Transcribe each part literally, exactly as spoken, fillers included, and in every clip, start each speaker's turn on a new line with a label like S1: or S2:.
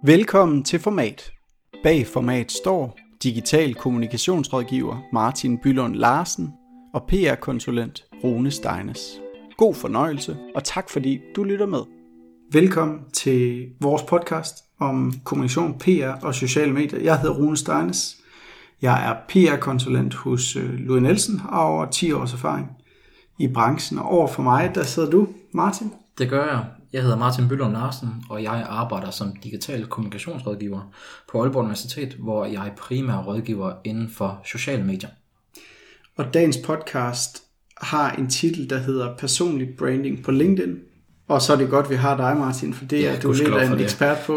S1: Velkommen til Format. Bag Format står digital kommunikationsrådgiver Martin Bylund Larsen og P R-konsulent Rune Steines. God fornøjelse, og tak fordi du lytter med. Velkommen til vores podcast om kommunikation, P R og sociale medier. Jeg hedder Rune Steines. Jeg er P R-konsulent hos Louis Nielsen og har over ti års erfaring i branchen. Og over for mig, der sidder du, Martin.
S2: Det gør jeg. Jeg hedder Martin Bylund Larsen, og jeg arbejder som digital kommunikationsrådgiver på Aalborg Universitet, hvor jeg er primær rådgiver inden for sociale medier.
S1: Og dagens podcast har en titel, der hedder Personlig branding på LinkedIn. Og så er det godt, vi har dig, Martin, for det ja, er du lidt af en det. ekspert på.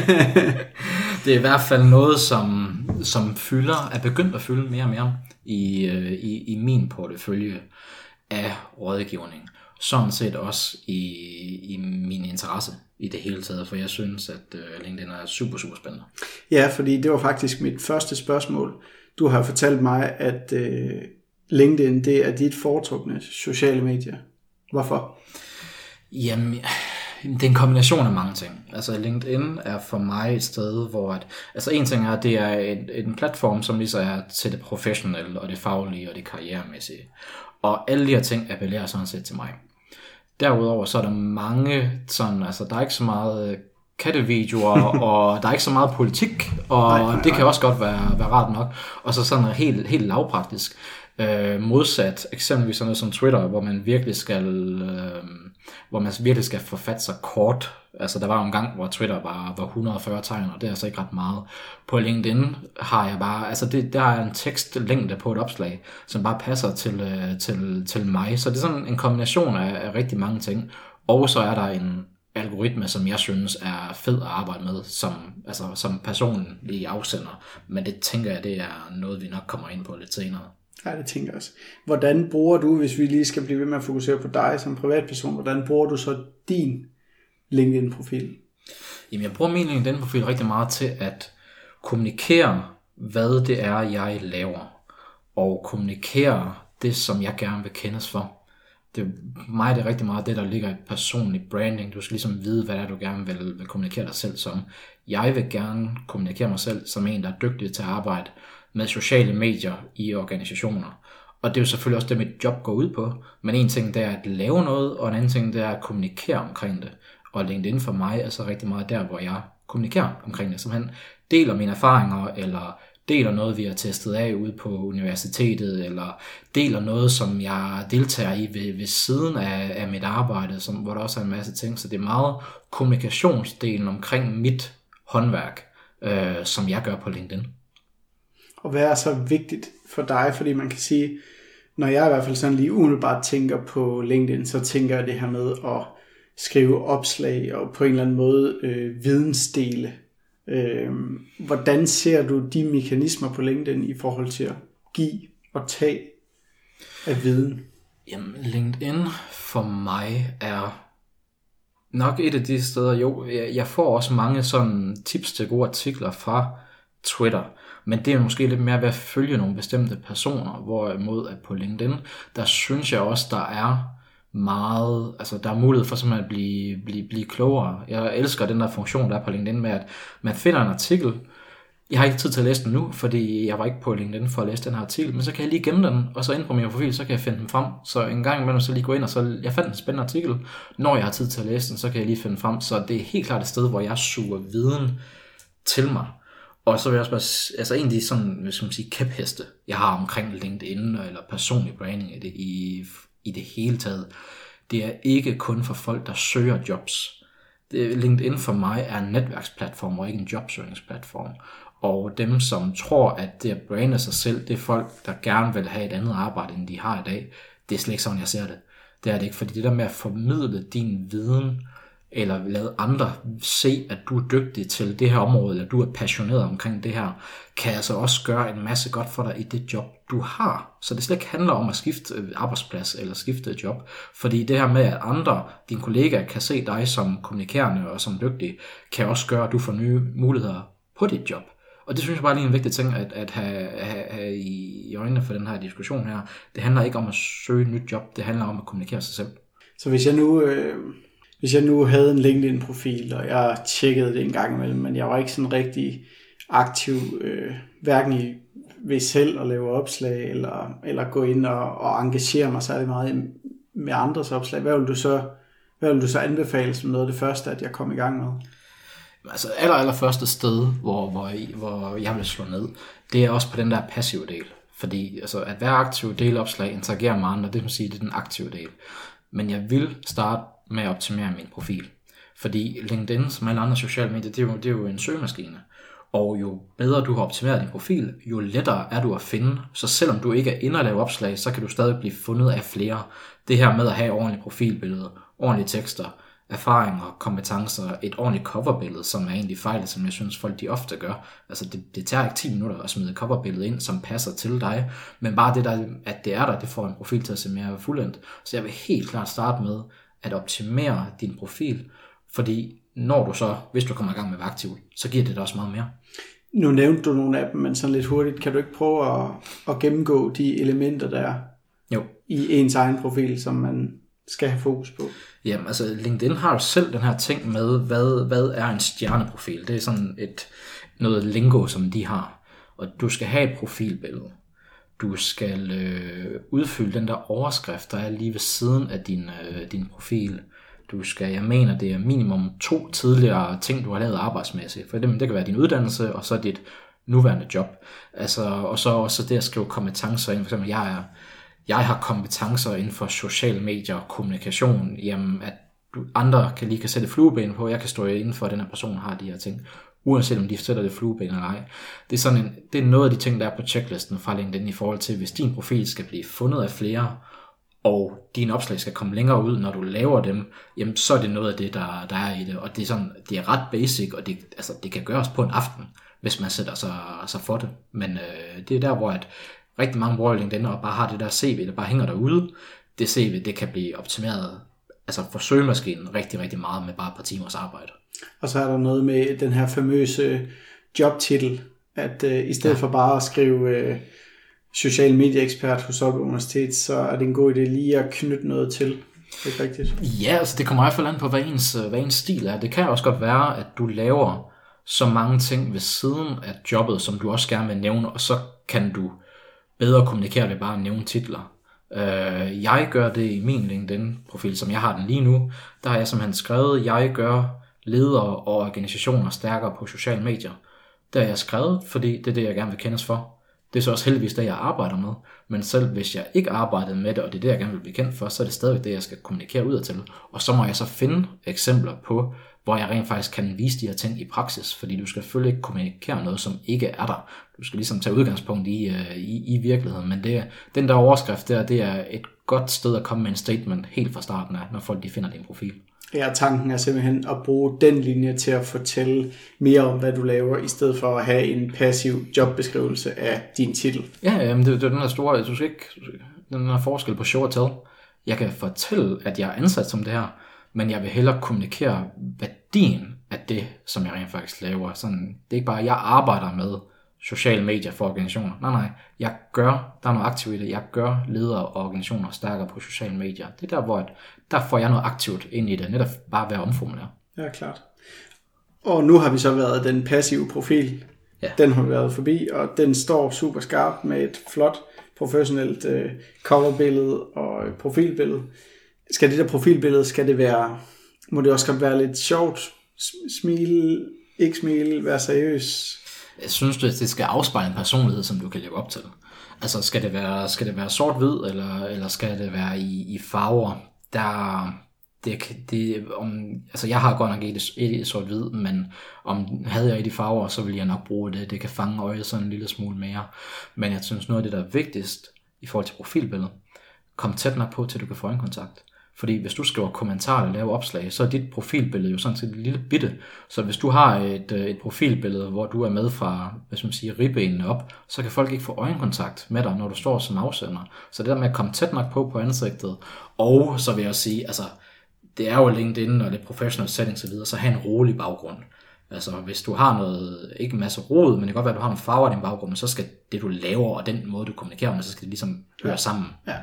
S2: Det er i hvert fald noget, som, som fylder, er begyndt at fylde mere og mere i, i, i min portefølje af rådgivning. Sådan set også i, i min interesse i det hele taget, for jeg synes, at uh, LinkedIn er super, super spændende.
S1: Ja, fordi det var faktisk mit første spørgsmål. Du har fortalt mig, at uh, LinkedIn, det er dit foretrukne sociale medier. Hvorfor?
S2: Jamen, det er en kombination af mange ting. Altså LinkedIn er for mig et sted, hvor at, altså en ting er, at det er en, en platform, som lige så er til det professionelle, og det faglige, og det karrieremæssige. Og alle de her ting appellerer sådan set til mig. Derudover så er der mange sådan, altså der er ikke så meget kattevideoer, og der er ikke så meget politik, og nej, nej, nej. Det kan også godt være, være rart nok. Og så sådan noget helt, helt lavpraktisk. Øh, modsat eksempelvis sådan noget som Twitter, hvor man virkelig skal, øh, hvor man virkelig skal forfatte sig kort. Altså der var jo en gang, hvor Twitter var, var et hundrede og fyrre tegn, og det er altså ikke ret meget. På LinkedIn har jeg bare, altså det, der er en tekstlængde på et opslag, som bare passer til, til, til mig. Så det er sådan en kombination af, af rigtig mange ting. Og så er der en algoritme, som jeg synes er fed at arbejde med, som, altså, som personlig afsender. Men det tænker jeg, det er noget, vi nok kommer ind på lidt senere.
S1: Ja, det tænker jeg også. Hvordan bruger du, hvis vi lige skal blive ved med at fokusere på dig som privatperson, hvordan bruger du så din LinkedIn-profil?
S2: Jamen, jeg bruger min LinkedIn-profil rigtig meget til at kommunikere, hvad det er, jeg laver. Og kommunikere det, som jeg gerne vil kendes for. Det er mig, det er rigtig meget det, der ligger i personlig branding. Du skal ligesom vide, hvad det er, du gerne vil, vil kommunikere dig selv som. Jeg vil gerne kommunikere mig selv som en, der er dygtig til at arbejde med sociale medier i organisationer. Og det er jo selvfølgelig også det, mit job går ud på. Men en ting, det er at lave noget, og en anden ting, det er at kommunikere omkring det. Og LinkedIn for mig er så rigtig meget der, hvor jeg kommunikerer omkring det. Simpelthen deler mine erfaringer, eller deler noget, vi har testet af ude på universitetet, eller deler noget, som jeg deltager i ved, ved siden af, af mit arbejde, som, hvor der også er en masse ting. Så det er meget kommunikationsdelen omkring mit håndværk, øh, som jeg gør på LinkedIn.
S1: Og hvad er så vigtigt for dig? Fordi man kan sige, når jeg i hvert fald sådan lige umiddelbart tænker på LinkedIn, så tænker jeg det her med at skrive opslag og på en eller anden måde øh, vidensdele. Øh, hvordan ser du de mekanismer på LinkedIn i forhold til at give og tage af viden?
S2: Jamen, LinkedIn for mig er nok et af de steder, jo, jeg, jeg får også mange sådan tips til gode artikler fra Twitter, men det er måske lidt mere ved at følge nogle bestemte personer, hvorimod at på LinkedIn, der synes jeg også, der er meget, altså der er mulighed for simpelthen at blive, blive, blive klogere. Jeg elsker den der funktion, der er på LinkedIn med, at man finder en artikel. Jeg har ikke tid til at læse den nu, fordi jeg var ikke på LinkedIn for at læse den her artikel, men så kan jeg lige gemme den, og så ind på min profil, så kan jeg finde den frem. Så en gang imellem så lige gå ind, og så jeg fandt en spændende artikel. Når jeg har tid til at læse den, så kan jeg lige finde den frem. Så det er helt klart et sted, hvor jeg suger viden til mig. Og så vil jeg også bare, altså en af de sådan, hvad skal man sige, kæpheste, jeg har omkring LinkedIn, eller personlig branding i det, i, i det hele taget, det er ikke kun for folk, der søger jobs. Det, LinkedIn for mig er en netværksplatform, og ikke en jobsøgningsplatform. Og dem, som tror, at det at brande sig selv, det er folk, der gerne vil have et andet arbejde, end de har i dag. Det er slet ikke sådan, jeg ser det. Det er det ikke, fordi det der med at formidle din viden, eller lade andre se, at du er dygtig til det her område, eller du er passioneret omkring det her, kan altså også gøre en masse godt for dig i det job, du har. Så det slet ikke handler om at skifte arbejdsplads eller skifte job, fordi det her med, at andre, dine kollegaer, kan se dig som kommunikerende og som dygtig, kan også gøre, at du får nye muligheder på dit job. Og det synes jeg bare lige er en vigtig ting at, at have, have, have i øjnene for den her diskussion her. Det handler ikke om at søge et nyt job, det handler om at kommunikere sig selv.
S1: Så hvis jeg nu... Øh hvis jeg nu havde en LinkedIn-profil, og jeg tjekkede det en gang imellem, men jeg var ikke sådan rigtig aktiv, øh, hverken i ved selv at lave opslag, eller, eller gå ind og, og engagere mig særlig meget med andres opslag. Hvad vil du så, hvad vil du så anbefale som noget af det første, at jeg kom i gang med?
S2: Altså aller, aller første sted, hvor, hvor, hvor jeg vil slå ned, det er også på den der passive del. Fordi altså, at være aktiv, dele opslag, interagere med andre, det vil sige, det er den aktive del. Men jeg vil starte med at optimere min profil. Fordi LinkedIn, som alle andre sociale medier, det er jo, det er jo en søgemaskine. Og jo bedre du har optimeret din profil, jo lettere er du at finde. Så selvom du ikke er inde og lave opslag, så kan du stadig blive fundet af flere. Det her med at have ordentlige profilbilleder, ordentlige tekster, erfaringer, kompetencer, et ordentligt coverbillede, som er egentlig fejl, som jeg synes folk de ofte gør. Altså det, det tager ikke ti minutter at smide et coverbillede ind, som passer til dig, men bare det der, at det er der, det får en profil til at se mere fuldendt. Så jeg vil helt klart starte med at optimere din profil, fordi når du så, hvis du kommer i gang med at være aktiv, så giver det dig også meget mere.
S1: Nu nævnte du nogle af dem, men sådan lidt hurtigt, kan du ikke prøve at, at gennemgå de elementer, der er
S2: jo
S1: i ens egen profil, som man skal have fokus på?
S2: Jamen, altså LinkedIn har jo selv den her ting med, hvad, hvad er en stjerneprofil? Det er sådan et noget lingo, som de har. Og du skal have et profilbillede. Du skal øh, udfylde den der overskrift, der er lige ved siden af din, øh, din profil. Du skal, jeg mener, det er minimum to tidligere ting, du har lavet arbejdsmæssigt. For det, det kan være din uddannelse, og så dit nuværende job. Altså, og så også det at skrive kompetencer ind. For eksempel, jeg er Jeg har kompetencer inden for sociale medier og kommunikation, jamen at du, andre kan lige kan sætte flueben på, jeg kan stå inden for, at den her person har de her ting, uanset om de sætter det flueben eller ej. Det er, sådan en, det er noget af de ting, der er på checklisten fra LinkedIn i forhold til, hvis din profil skal blive fundet af flere, og dine opslag skal komme længere ud, når du laver dem, jamen så er det noget af det, der, der er i det. Og det er, sådan, det er ret basic, og det, altså, det kan gøres på en aften, hvis man sætter sig, sig for det. Men øh, det er der, hvor at rigtig mange bruger LinkedIn og bare har det der C V, der bare hænger derude. Det C V, det kan blive optimeret, altså for søgemaskinen rigtig, rigtig meget med bare et par timers arbejde. Og
S1: så er der noget med den her famøse jobtitel, at uh, i stedet ja. for bare at skrive uh, social medieekspert hos Aalborg Universitet, så er det en god idé lige at knytte noget til. Det er rigtigt.
S2: Ja, altså det kommer i hvert fald an på, hvad ens, hvad ens stil er. Det kan også godt være, at du laver så mange ting ved siden af jobbet, som du også gerne vil nævne, og så kan du bedre kommunikere ved bare at nævne titler. Uh, jeg gør det i min LinkedIn-profil, som jeg har den lige nu. Der har jeg simpelthen skrevet, jeg gør ledere og organisationer stærkere på sociale medier. Det har jeg skrevet, fordi det er det, jeg gerne vil kendes for. Det er så også heldigvis det, jeg arbejder med. Men selv hvis jeg ikke arbejdede med det, og det er det, jeg gerne vil blive kendt for, så er det stadigvæk det, jeg skal kommunikere udadtil. Og så må jeg så finde eksempler på, hvor jeg rent faktisk kan vise de her ting i praksis, fordi du skal selvfølgelig ikke kommunikere noget, som ikke er der. Du skal ligesom tage udgangspunkt i, uh, i, i virkeligheden, men det, den der overskrift der, det er et godt sted at komme med en statement helt fra starten af, når folk de finder din profil.
S1: Ja, tanken er simpelthen at bruge den linje til at fortælle mere om, hvad du laver, i stedet for at have en passiv jobbeskrivelse af din titel.
S2: Ja, jamen det, det er den her store, du skal ikke, den her forskel på show og tell. Jeg kan fortælle, at jeg er ansat som det her, men jeg vil hellere kommunikere værdien af det, som jeg rent faktisk laver. Sådan, det er ikke bare, at jeg arbejder med sociale medier for organisationer. Nej, nej. Jeg gør, der er noget aktivt i det. Jeg gør ledere og organisationer stærkere på sociale medier. Det er der, hvor der får jeg noget aktivt ind i det. Netop bare at være omformuleret.
S1: Ja, klart. Og nu har vi så været den passive profil. Ja. Den har vi været forbi, og den står super skarpt med et flot, professionelt øh, coverbillede og profilbillede. Skal det der profilbillede, skal det være, må det også være lidt sjovt, smile, ikke smile, være seriøs?
S2: Jeg synes, det, det skal afspejle en personlighed, som du kan leve op til. Altså, skal det være, skal det være sort-hvid, eller, eller skal det være i, i farver? Der, det, det, om, altså, jeg har godt nok et, et sort-hvid, men om havde jeg et i farver, så vil jeg nok bruge det. Det kan fange øjet sådan en lille smule mere. Men jeg synes, noget af det, der er vigtigst i forhold til profilbilledet, kom tæt nok på, til du kan få øjenkontakt. Fordi hvis du skriver kommentarer eller laver opslag, så er dit profilbillede jo sådan set et lille bitte. Så hvis du har et, et profilbillede, hvor du er med fra, hvad man siger, ribbenene op, så kan folk ikke få øjenkontakt med dig, når du står som afsender. Så det der med at komme tæt nok på på ansigtet, og så vil jeg sige, altså, det er jo LinkedIn og det professional setting så videre, så have en rolig baggrund. Altså hvis du har noget, ikke en masse rod, men det kan godt være, at du har nogle farver i din baggrund, så skal det du laver og den måde du kommunikerer med, så skal det ligesom høre sammen.
S1: Ja.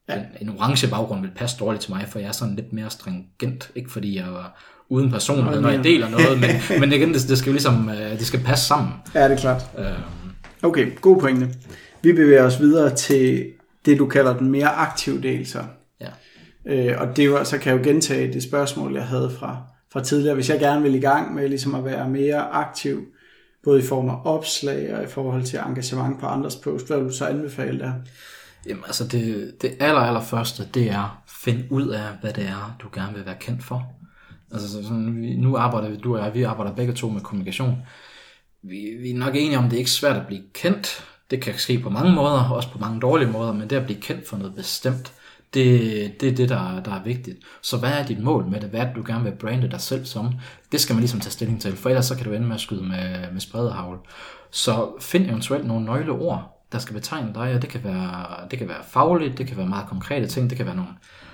S2: Ja. En, en orange baggrund vil passe dårligt til mig, for jeg er sådan lidt mere stringent, ikke fordi jeg var uden personlighed, når jeg deler noget, men, men igen, det, det skal jo ligesom, det skal passe sammen.
S1: Ja, det er klart.
S2: Øhm.
S1: Okay, god pointe. Vi bevæger os videre til det, du kalder den mere aktive del, så.
S2: Ja.
S1: Øh, og det var, så kan jeg jo gentage det spørgsmål, jeg havde fra, fra tidligere. Hvis jeg gerne vil i gang med ligesom at være mere aktiv, både i form af opslag og i forhold til engagement på andres post, hvad vil du så anbefale der?
S2: Jamen altså det, det aller, aller første, det er find ud af, hvad det er, du gerne vil være kendt for. Altså sådan, nu arbejder vi, du og jeg, vi arbejder begge to med kommunikation. Vi, vi er nok enige om, det er ikke svært at blive kendt. Det kan ske på mange måder, også på mange dårlige måder, men det at blive kendt for noget bestemt, det, det er det, der, der er vigtigt. Så hvad er dit mål med det? Hvad er det, du gerne vil brande dig selv som? Det skal man ligesom tage stilling til, for ellers så kan du ende med at skyde med, med spredehavl. Så find eventuelt nogle nøgleord, der skal betegne dig, og det kan være, det kan være fagligt, det kan være meget konkrete ting, det kan være nogle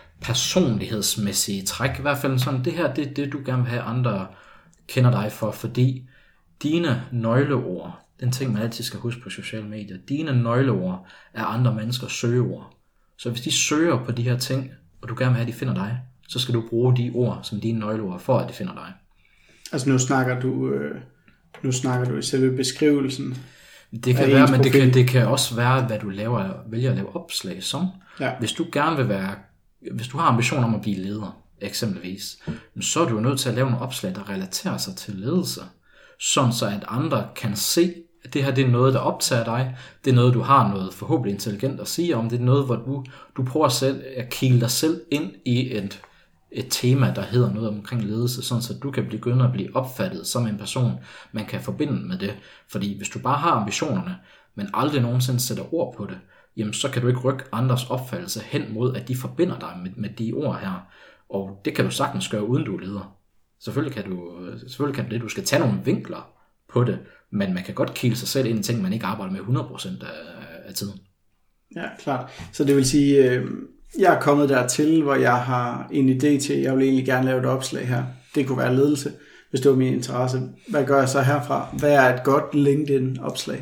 S2: personlighedsmæssige træk. I hvert fald sådan, det her, det er det, du gerne vil have, andre kender dig for, fordi dine nøgleord, den ting, man altid skal huske på sociale medier, dine nøgleord er andre menneskers søgeord. Så hvis de søger på de her ting, og du gerne vil have, at de finder dig, så skal du bruge de ord som dine nøgleord, for at de finder dig.
S1: Altså nu snakker du, øh, nu snakker du i selve beskrivelsen.
S2: Det kan være, men det kan, det kan også være, hvad du laver, vælger at lave opslag som.
S1: Ja.
S2: Hvis du gerne vil være, hvis du har ambition om at blive leder, eksempelvis, så er du nødt til at lave nogle opslag, der relaterer sig til ledelse, sådan så at andre kan se, at det her det er noget, der optager dig, det er noget, du har noget forhåbentlig intelligent at sige om, det er noget, hvor du, du prøver selv at kile dig selv ind i et, et tema, der hedder noget omkring ledelse, sådan så du kan begynde at blive opfattet som en person, man kan forbinde med det. Fordi hvis du bare har ambitionerne, men aldrig nogensinde sætter ord på det, jamen så kan du ikke rykke andres opfattelse hen mod, at de forbinder dig med, med de ord her. Og det kan du sagtens gøre, uden du er leder. Selvfølgelig kan du, selvfølgelig kan du det. Du skal tage nogle vinkler på det, men man kan godt kile sig selv ind i ting, man ikke arbejder med hundrede procent af, af tiden.
S1: Ja, klart. Så det vil sige, øh, jeg er kommet dertil, hvor jeg har en idé til, jeg vil egentlig gerne lave et opslag her. Det kunne være ledelse, hvis det var min interesse. Hvad gør jeg så herfra? Hvad er et godt LinkedIn-opslag?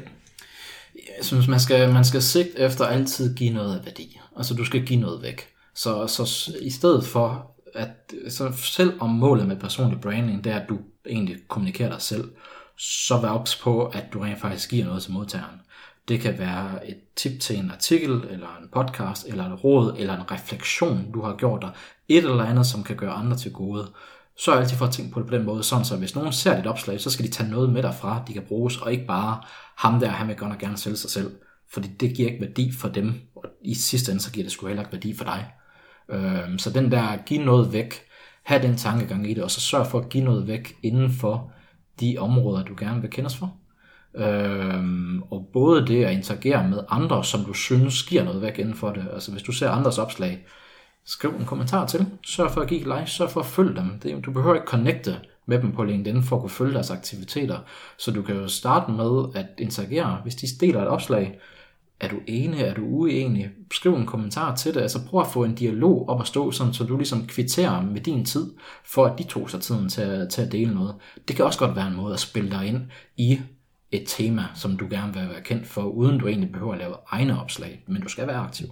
S2: Jeg synes, man skal, man skal sigte efter altid give noget af værdi. Altså, du skal give noget væk. Så, så i stedet for, at så selv om målet med personlig branding, det er, at du egentlig kommunikerer dig selv, så vær ops på, at du rent faktisk giver noget til modtageren. Det kan være et tip til en artikel, eller en podcast, eller et råd, eller en refleksion, du har gjort dig. Et eller andet, som kan gøre andre til gode. Så er altid for at tænke på det på den måde, sådan så hvis nogen ser dit opslag, så skal de tage noget med derfra, de kan bruges, og ikke bare ham der, han vil godt gerne sælge sig selv. Fordi det giver ikke værdi for dem, og i sidste ende, så giver det sgu heller ikke værdi for dig. Øhm, så den der, give noget væk, have den tankegang i det, og så sørg for at give noget væk inden for de områder, du gerne vil kendes for. Øhm, og både det at interagere med andre, som du synes giver noget væk inden for det. Altså hvis du ser andres opslag, skriv en kommentar til, sørg for at give like, sørg for at følge dem. Det, du behøver ikke connecte med dem på LinkedIn for at kunne følge deres aktiviteter. Så du kan jo starte med at interagere. Hvis de deler et opslag, er du enig, er du uenig, skriv en kommentar til det. Altså prøv at få en dialog op at stå, sådan, så du ligesom kvitterer med din tid, for at de tog sig tiden til at, til at dele noget. Det kan også godt være en måde at spille dig ind i et tema, som du gerne vil være kendt for, uden du egentlig behøver at lave egne opslag, men du skal være aktiv.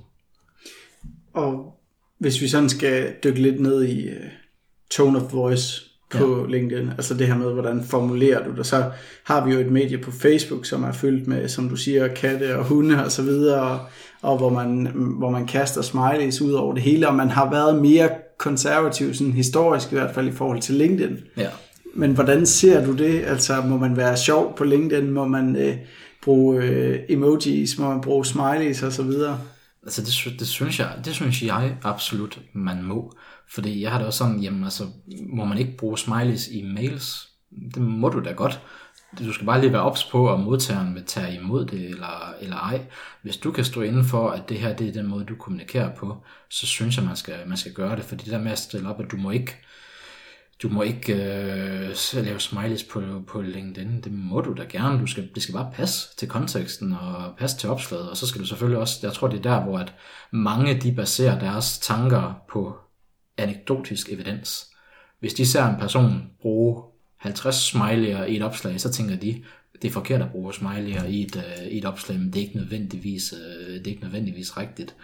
S1: Og hvis vi sådan skal dykke lidt ned i uh, tone of voice på ja. LinkedIn, altså det her med, hvordan formulerer du det, så har vi jo et medie på Facebook, som er fyldt med, som du siger, katte og hunde og så videre, og, og hvor, man, hvor man kaster smileys ud over det hele, og man har været mere konservativ, sådan historisk i hvert fald i forhold til LinkedIn.
S2: Ja. Men
S1: hvordan ser du det? Altså må man være sjov på LinkedIn, må man øh, bruge øh, emojis, må man bruge smileys og så videre?
S2: Altså det, det, synes jeg, det synes jeg absolut, man må. Fordi jeg har da også sådan, jamen altså, må man ikke bruge smileys i mails? Det må du da godt. Du skal bare lige være ops på, om modtageren vil tage imod det eller, eller ej. Hvis du kan stå inden for, at det her det er den måde, du kommunikerer på, så synes jeg, man skal, man skal gøre det. Fordi det der med at stille op, at du må ikke, du må ikke øh, lave smileys på, på LinkedIn. Det må du da gerne. Du skal, det skal bare passe til konteksten og passe til opslaget. Og så skal du selvfølgelig også, jeg tror det er der, hvor at mange de baserer deres tanker på anekdotisk evidens. Hvis de ser en person bruge halvtreds smiley'er i et opslag, så tænker de, det er forkert at bruge smiley'er i et, uh, i et opslag, men det er ikke nødvendigvis, uh, det er ikke nødvendigvis rigtigt.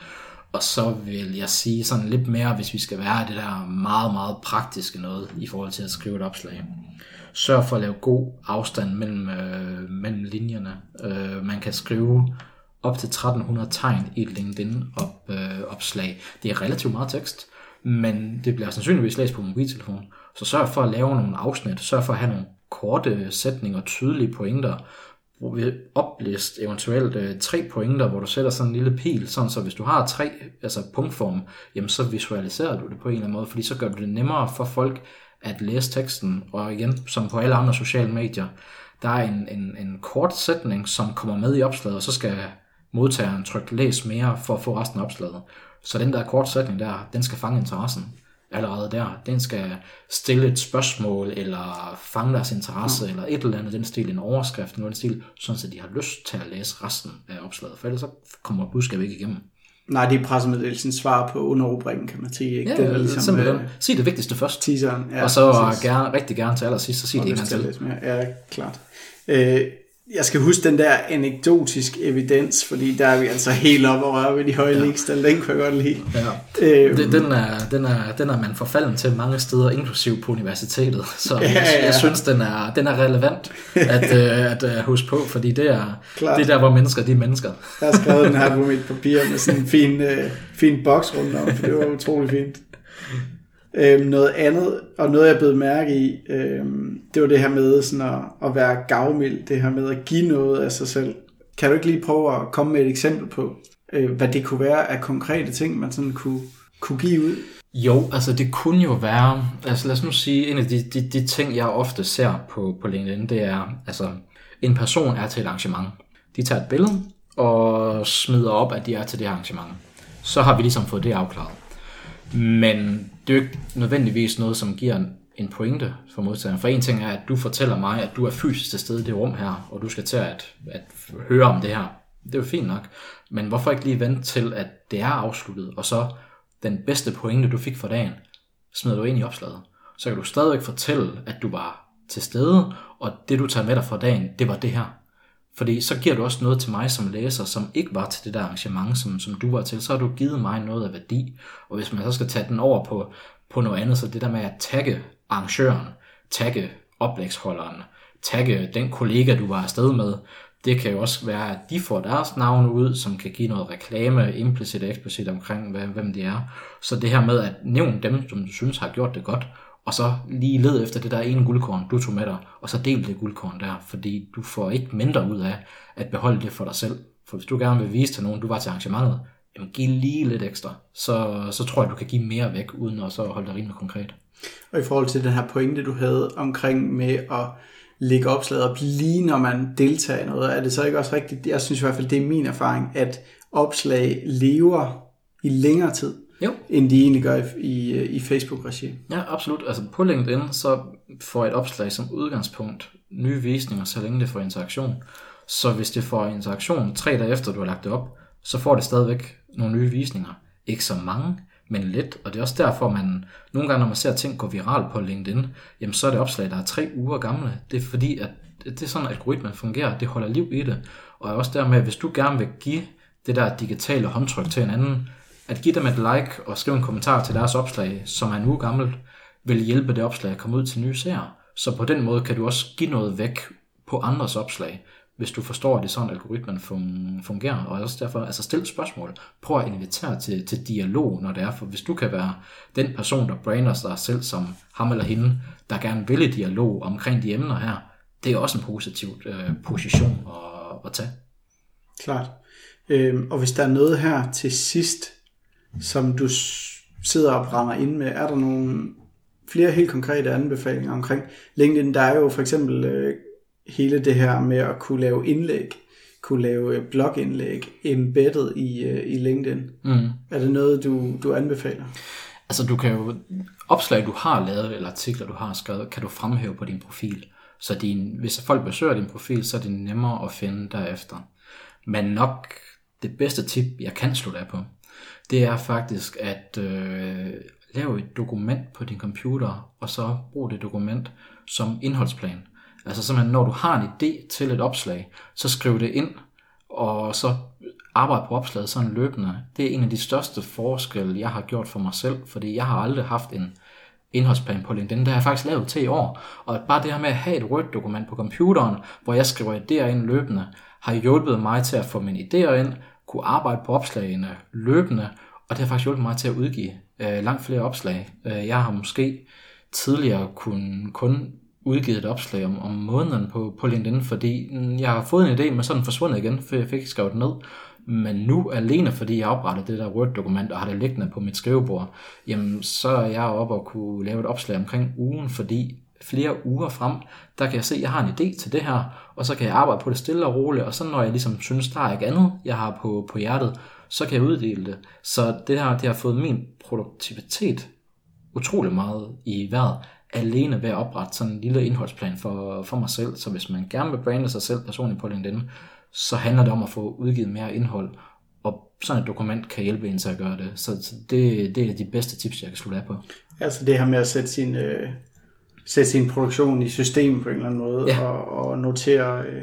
S2: Og så vil jeg sige sådan lidt mere, hvis vi skal være det der meget, meget praktiske noget i forhold til at skrive et opslag. Sørg for at lave god afstand mellem, øh, mellem linjerne. Øh, man kan skrive op til tretten hundrede tegn i et LinkedIn-opslag. Øh, det er relativt meget tekst, men det bliver sandsynligvis læst på mobiltelefon. Så sørg for at lave nogle afsnit. Sørg for at have nogle korte sætninger og tydelige pointer, hvor vi oplist eventuelt øh, tre pointer, hvor du sætter sådan en lille pil, sådan så hvis du har tre, altså punktform, jamen så visualiserer du det på en eller anden måde, fordi så gør du det nemmere for folk at læse teksten, og igen, som på alle andre sociale medier, der er en, en, en kort sætning, som kommer med i opslaget, og så skal modtageren trykke læs mere for at få resten af opslaget. Så den der kort sætning der, den skal fange interessen allerede der. Den skal stille et spørgsmål, eller fange deres interesse, mm. eller et eller andet den stil, en overskrift, en stil, sådan så de har lyst til at læse resten af opslaget, for ellers så kommer budskabet ikke igennem.
S1: Nej, det er pressemeddelelsens svar på underrubrikken, kan man sige. Ikke?
S2: Ja,
S1: det er ligesom,
S2: simpelthen.
S1: Øh,
S2: sig det vigtigste først,
S1: teaseren, ja,
S2: og så gerne, rigtig gerne til allersidst, så sig det en gang til.
S1: Ja, klart. Øh, jeg skal huske den der anekdotisk evidens, fordi der er vi altså helt op og røre ved de høje ja. Ligestal, den kunne jeg godt lide. Ja.
S2: Øh, den, den, er, den, er, den er man forfalden til mange steder, inklusiv på universitetet, så ja, jeg, jeg ja. synes, den er, den er relevant at, at, at huske på, fordi det er, det er der, hvor mennesker, de er mennesker.
S1: Jeg har skrevet den her på mit papir med sådan en fin, øh, fin boks rundt om, for det var utrolig fint. Øhm, noget andet, og noget jeg blev mærke i, øhm, det var det her med sådan at, at være gavmild, det her med at give noget af sig selv. Kan du ikke lige prøve at komme med et eksempel på, øh, hvad det kunne være af konkrete ting, man sådan kunne, kunne give ud?
S2: Jo, altså det kunne jo være, altså lad os nu sige, en af de, de, de ting, jeg ofte ser på, på LinkedIn, det er, altså en person er til et arrangement. De tager et billede og smider op, at de er til det arrangement. Så har vi ligesom fået det afklaret. Men det er jo ikke nødvendigvis noget, som giver en pointe for modtageren. For en ting er, at du fortæller mig, at du er fysisk til stede i det rum her, og du skal til at, at høre om det her. Det er jo fint nok. Men hvorfor ikke lige vente til, at det er afsluttet, og så den bedste pointe, du fik for dagen, smider du ind i opslaget. Så kan du stadigvæk fortælle, at du var til stede, og det du tager med dig fra dagen, det var det her. Fordi så giver du også noget til mig som læser, som ikke var til det der arrangement, som, som du var til. Så har du givet mig noget af værdi. Og hvis man så skal tage den over på, på noget andet, så det der med at tagge arrangøren, tagge oplægsholderen, tagge den kollega, du var afsted med, det kan jo også være, at de får deres navn ud, som kan give noget reklame, implicit og eksplicit omkring, hvem de er. Så det her med at nævne dem, som du synes har gjort det godt, og så lige led efter det der ene guldkorn, du tog med dig, og så del det guldkorn der, fordi du får ikke mindre ud af at beholde det for dig selv. For hvis du gerne vil vise til nogen, du var til arrangementet, jamen giv lige lidt ekstra, så, så tror jeg, du kan give mere væk, uden at så holde dig rimelig konkret.
S1: Og i forhold til den her pointe, du havde omkring med at lægge opslaget op lige når man deltager i noget, er det så ikke også rigtigt? Jeg synes i hvert fald, det er min erfaring, at opslag lever i længere tid, jo. End de egentlig gør i, i, i Facebook-regi.
S2: Ja, absolut. Altså på LinkedIn, så får et opslag som udgangspunkt nye visninger, så længe det får interaktion. Så hvis det får interaktion tre dage efter, du har lagt det op, så får det stadigvæk nogle nye visninger. Ikke så mange, men lidt. Og det er også derfor, man nogle gange, når man ser ting gå viralt på LinkedIn, jamen så er det opslag, der er tre uger gamle. Det er fordi, at det er sådan, at algoritmen fungerer. Det holder liv i det. Og også dermed, hvis du gerne vil give det der digitale håndtryk til en anden, at give dem et like og skrive en kommentar til deres opslag, som er en uge gammelt, vil hjælpe det opslag at komme ud til nye seere. Så på den måde kan du også give noget væk på andres opslag, hvis du forstår, at det er sådan, algoritmen fungerer. Og også derfor, altså stil spørgsmål. Prøv at invitere til, til dialog, når det er. For hvis du kan være den person, der brander sig selv som ham eller hende, der gerne vil i dialog omkring de emner her, det er også en positiv øh, position at, at tage.
S1: Klart. Øhm, og hvis der er noget her til sidst, som du sidder og brænder ind med, er der nogle flere helt konkrete anbefalinger omkring LinkedIn? Der er jo for eksempel øh, hele det her med at kunne lave indlæg, kunne lave blogindlæg embedded i, øh, i LinkedIn. Mm. Er det noget, du, du anbefaler?
S2: Altså du kan jo, opslag du har lavet, eller artikler du har skrevet, kan du fremhæve på din profil. Så din, hvis folk besøger din profil, så er det nemmere at finde derefter. Men nok det bedste tip, jeg kan slutte af på, det er faktisk at øh, lave et dokument på din computer, og så bruge det dokument som indholdsplan. Altså simpelthen, når du har en idé til et opslag, så skriv det ind, og så arbejde på opslaget sådan løbende, det er en af de største forskelle, jeg har gjort for mig selv, fordi jeg har aldrig haft en indholdsplan på LinkedIn. Det har jeg faktisk lavet til i år. Og bare det her med at have et Word-dokument på computeren, hvor jeg skriver idéer ind løbende, har hjulpet mig til at få mine idéer ind, kunne arbejde på opslagene løbende, og det har faktisk hjulpet mig til at udgive øh, langt flere opslag. Øh, jeg har måske tidligere kun, kun udgivet et opslag om, om måneden på, på LinkedIn, fordi jeg har fået en idé, men så er den forsvundet igen, for jeg fik ikke skrevet ned. Men nu alene, fordi jeg oprettede det der Word-dokument og har det liggende på mit skrivebord, jamen så er jeg oppe og kunne lave et opslag omkring ugen, fordi flere uger frem, der kan jeg se, at jeg har en idé til det her, og så kan jeg arbejde på det stille og roligt, og så når jeg ligesom synes, der er ikke andet, jeg har på, på hjertet, så kan jeg uddele det. Så det her, det har fået min produktivitet utrolig meget i vejret, alene ved at oprette sådan en lille indholdsplan for, for mig selv. Så hvis man gerne vil brande sig selv personligt på LinkedIn, så handler det om at få udgivet mere indhold, og sådan et dokument kan hjælpe en til at gøre det. Så, så det, det er de bedste tips, jeg kan slutte af på.
S1: Altså det her med at sætte sin, øh, sætte sin produktion i system på en eller anden måde, ja. og, og notere, øh,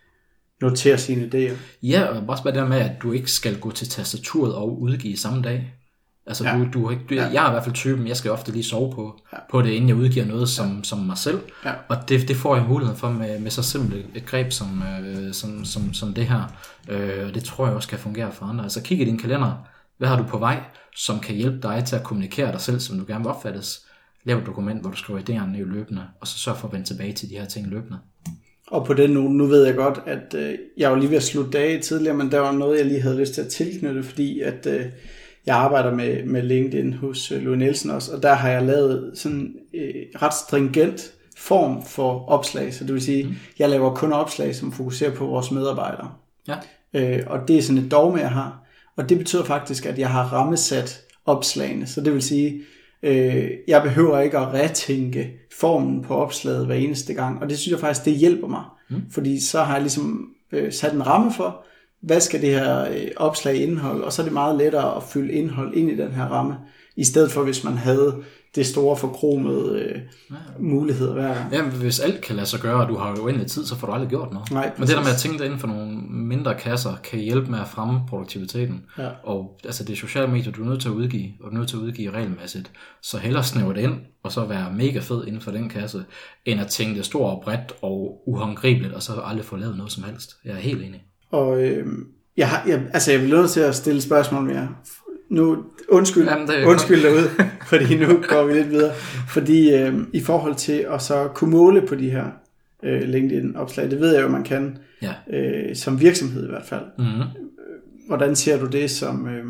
S1: notere sine idéer.
S2: Ja, og bare det der med, at du ikke skal gå til tastaturet og udgive samme dag. Altså ja. du, du, du, jeg er i hvert fald typen, jeg skal ofte lige sove på, ja. på det, inden jeg udgiver noget som, ja. som mig selv. Ja. Og det, det får jeg mulighed for med, med så simpelt et greb som, øh, som, som, som det her. Øh, og det tror jeg også kan fungere for andre. Altså kig i din kalender. Hvad har du på vej, som kan hjælpe dig til at kommunikere dig selv, som du gerne vil opfattes? Lav et dokument, hvor du skriver idéerne ned løbende, og så sørg for at vende tilbage til de her ting løbende. Og på den nu, nu ved jeg godt, at øh, jeg var lige ved at slutte dage tidligere, men der var noget, jeg lige havde lyst til at tilknytte, fordi at øh, jeg arbejder med, med LinkedIn hos øh, Louis Nielsen også, og der har jeg lavet sådan øh, ret stringent form for opslag, så det vil sige, mm. jeg laver kun opslag, som fokuserer på vores medarbejdere. Ja. Øh, og det er sådan et dogme, jeg har, og det betyder faktisk, at jeg har rammesat opslagene, så det vil sige, øh, jeg behøver ikke at retænke formen på opslaget hver eneste gang, og det synes jeg faktisk, det hjælper mig, mm. fordi så har jeg ligesom øh, sat en ramme for, hvad skal det her øh, opslag indeholde, og så er det meget lettere at fylde indhold ind i den her ramme, i stedet for hvis man havde det store forkromede øh, ja. muligheder hver gang. Ja, hvis alt kan lade sig gøre, og du har jo uendelig tid, så får du aldrig gjort noget. Nej, men det der med at tænke dig inden for nogle mindre kasser, kan hjælpe med at fremme produktiviteten. Ja. Og altså det sociale medier, du er nødt til at udgive, og du er nødt til at udgive regelmæssigt. Så hellere snævre det ind, og så være mega fed inden for den kasse, end at tænke det stort og bredt og uhåndgribeligt, og så aldrig få lavet noget som helst. Jeg er helt enig.
S1: Og øh, jeg, har, jeg, altså jeg vil nødt til at stille spørgsmål mere. Nu, undskyld, Jamen, undskyld derude, fordi nu går vi lidt videre. Fordi øh, i forhold til at så kunne måle på de her øh, LinkedIn-opslag, det ved jeg jo, man kan, ja. øh, som virksomhed i hvert fald. Mm-hmm. Hvordan ser du det som øh,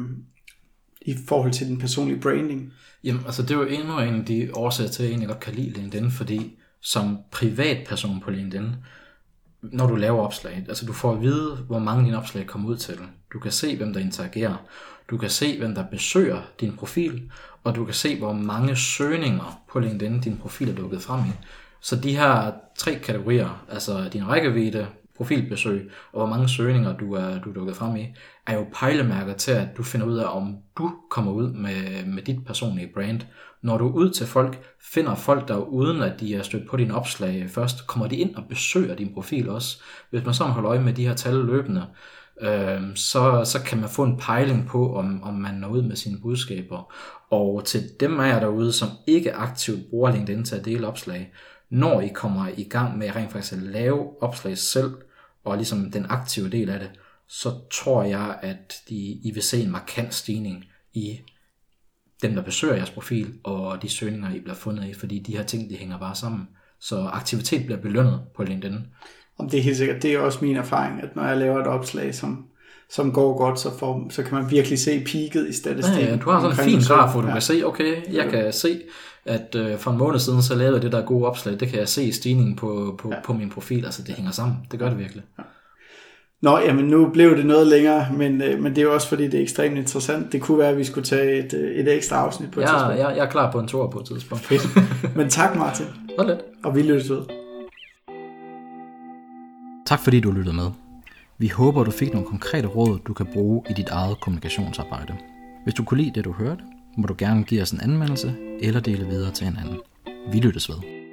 S1: i forhold til den personlige branding?
S2: Jamen, altså det er jo endnu en af de årsager til, at jeg egentlig godt kan lide LinkedIn, fordi som privatperson på LinkedIn, når du laver opslag, altså du får at vide, hvor mange dine opslag kommer ud til. Du kan se, hvem der interagerer. Du kan se, hvem der besøger din profil, og du kan se, hvor mange søgninger på LinkedIn din profil er dukket frem i. Så de her tre kategorier, altså din rækkevidde, profilbesøg, og hvor mange søgninger du er, du er dukket frem i, er jo pejlemærker til, at du finder ud af, om du kommer ud med, med dit personlige brand. Når du er ud til folk, finder folk der uden at de er stødt på dine opslag først, kommer de ind og besøger din profil også. Hvis man så holder øje med de her tal løbende, øh, så, så kan man få en pejling på, om, om man når ud med sine budskaber. Og til dem af jer derude, som ikke aktivt bruger LinkedIn til at dele opslag, når I kommer i gang med rent faktisk at lave opslag selv, og ligesom den aktive del af det, så tror jeg, at de, I vil se en markant stigning i dem, der besøger jeres profil, og de søgninger, I bliver fundet i, fordi de her ting, de hænger bare sammen. Så aktivitet bliver belønnet på LinkedIn.
S1: Om det er helt sikkert, det er også min erfaring, at når jeg laver et opslag, som, som går godt, så, får, så kan man virkelig se peaket i statistikken.
S2: Ja, ja, du har sådan en fin graf, hvor du ja. kan se, okay, jeg ja. kan se, at øh, for en måned siden, så lavede jeg det der gode opslag, det kan jeg se i stigningen på, på, ja. på min profil, altså det hænger sammen, det gør det virkelig. Ja.
S1: Nå, jamen nu blev det noget længere, men, øh, men det er jo også fordi, det er ekstremt interessant. Det kunne være, at vi skulle tage et, et ekstra afsnit på et
S2: ja,
S1: tidspunkt.
S2: Ja, jeg er klar på en tur på et tidspunkt.
S1: Fedt. Men tak, Martin.
S2: Og lidt.
S1: Og vi lyttes ud.
S2: Tak fordi du lyttede med. Vi håber, du fik nogle konkrete råd, du kan bruge i dit eget kommunikationsarbejde. Hvis du kunne lide det, du hørte, må du gerne give os en anmeldelse eller dele videre til en anden. Vi lyttes ved.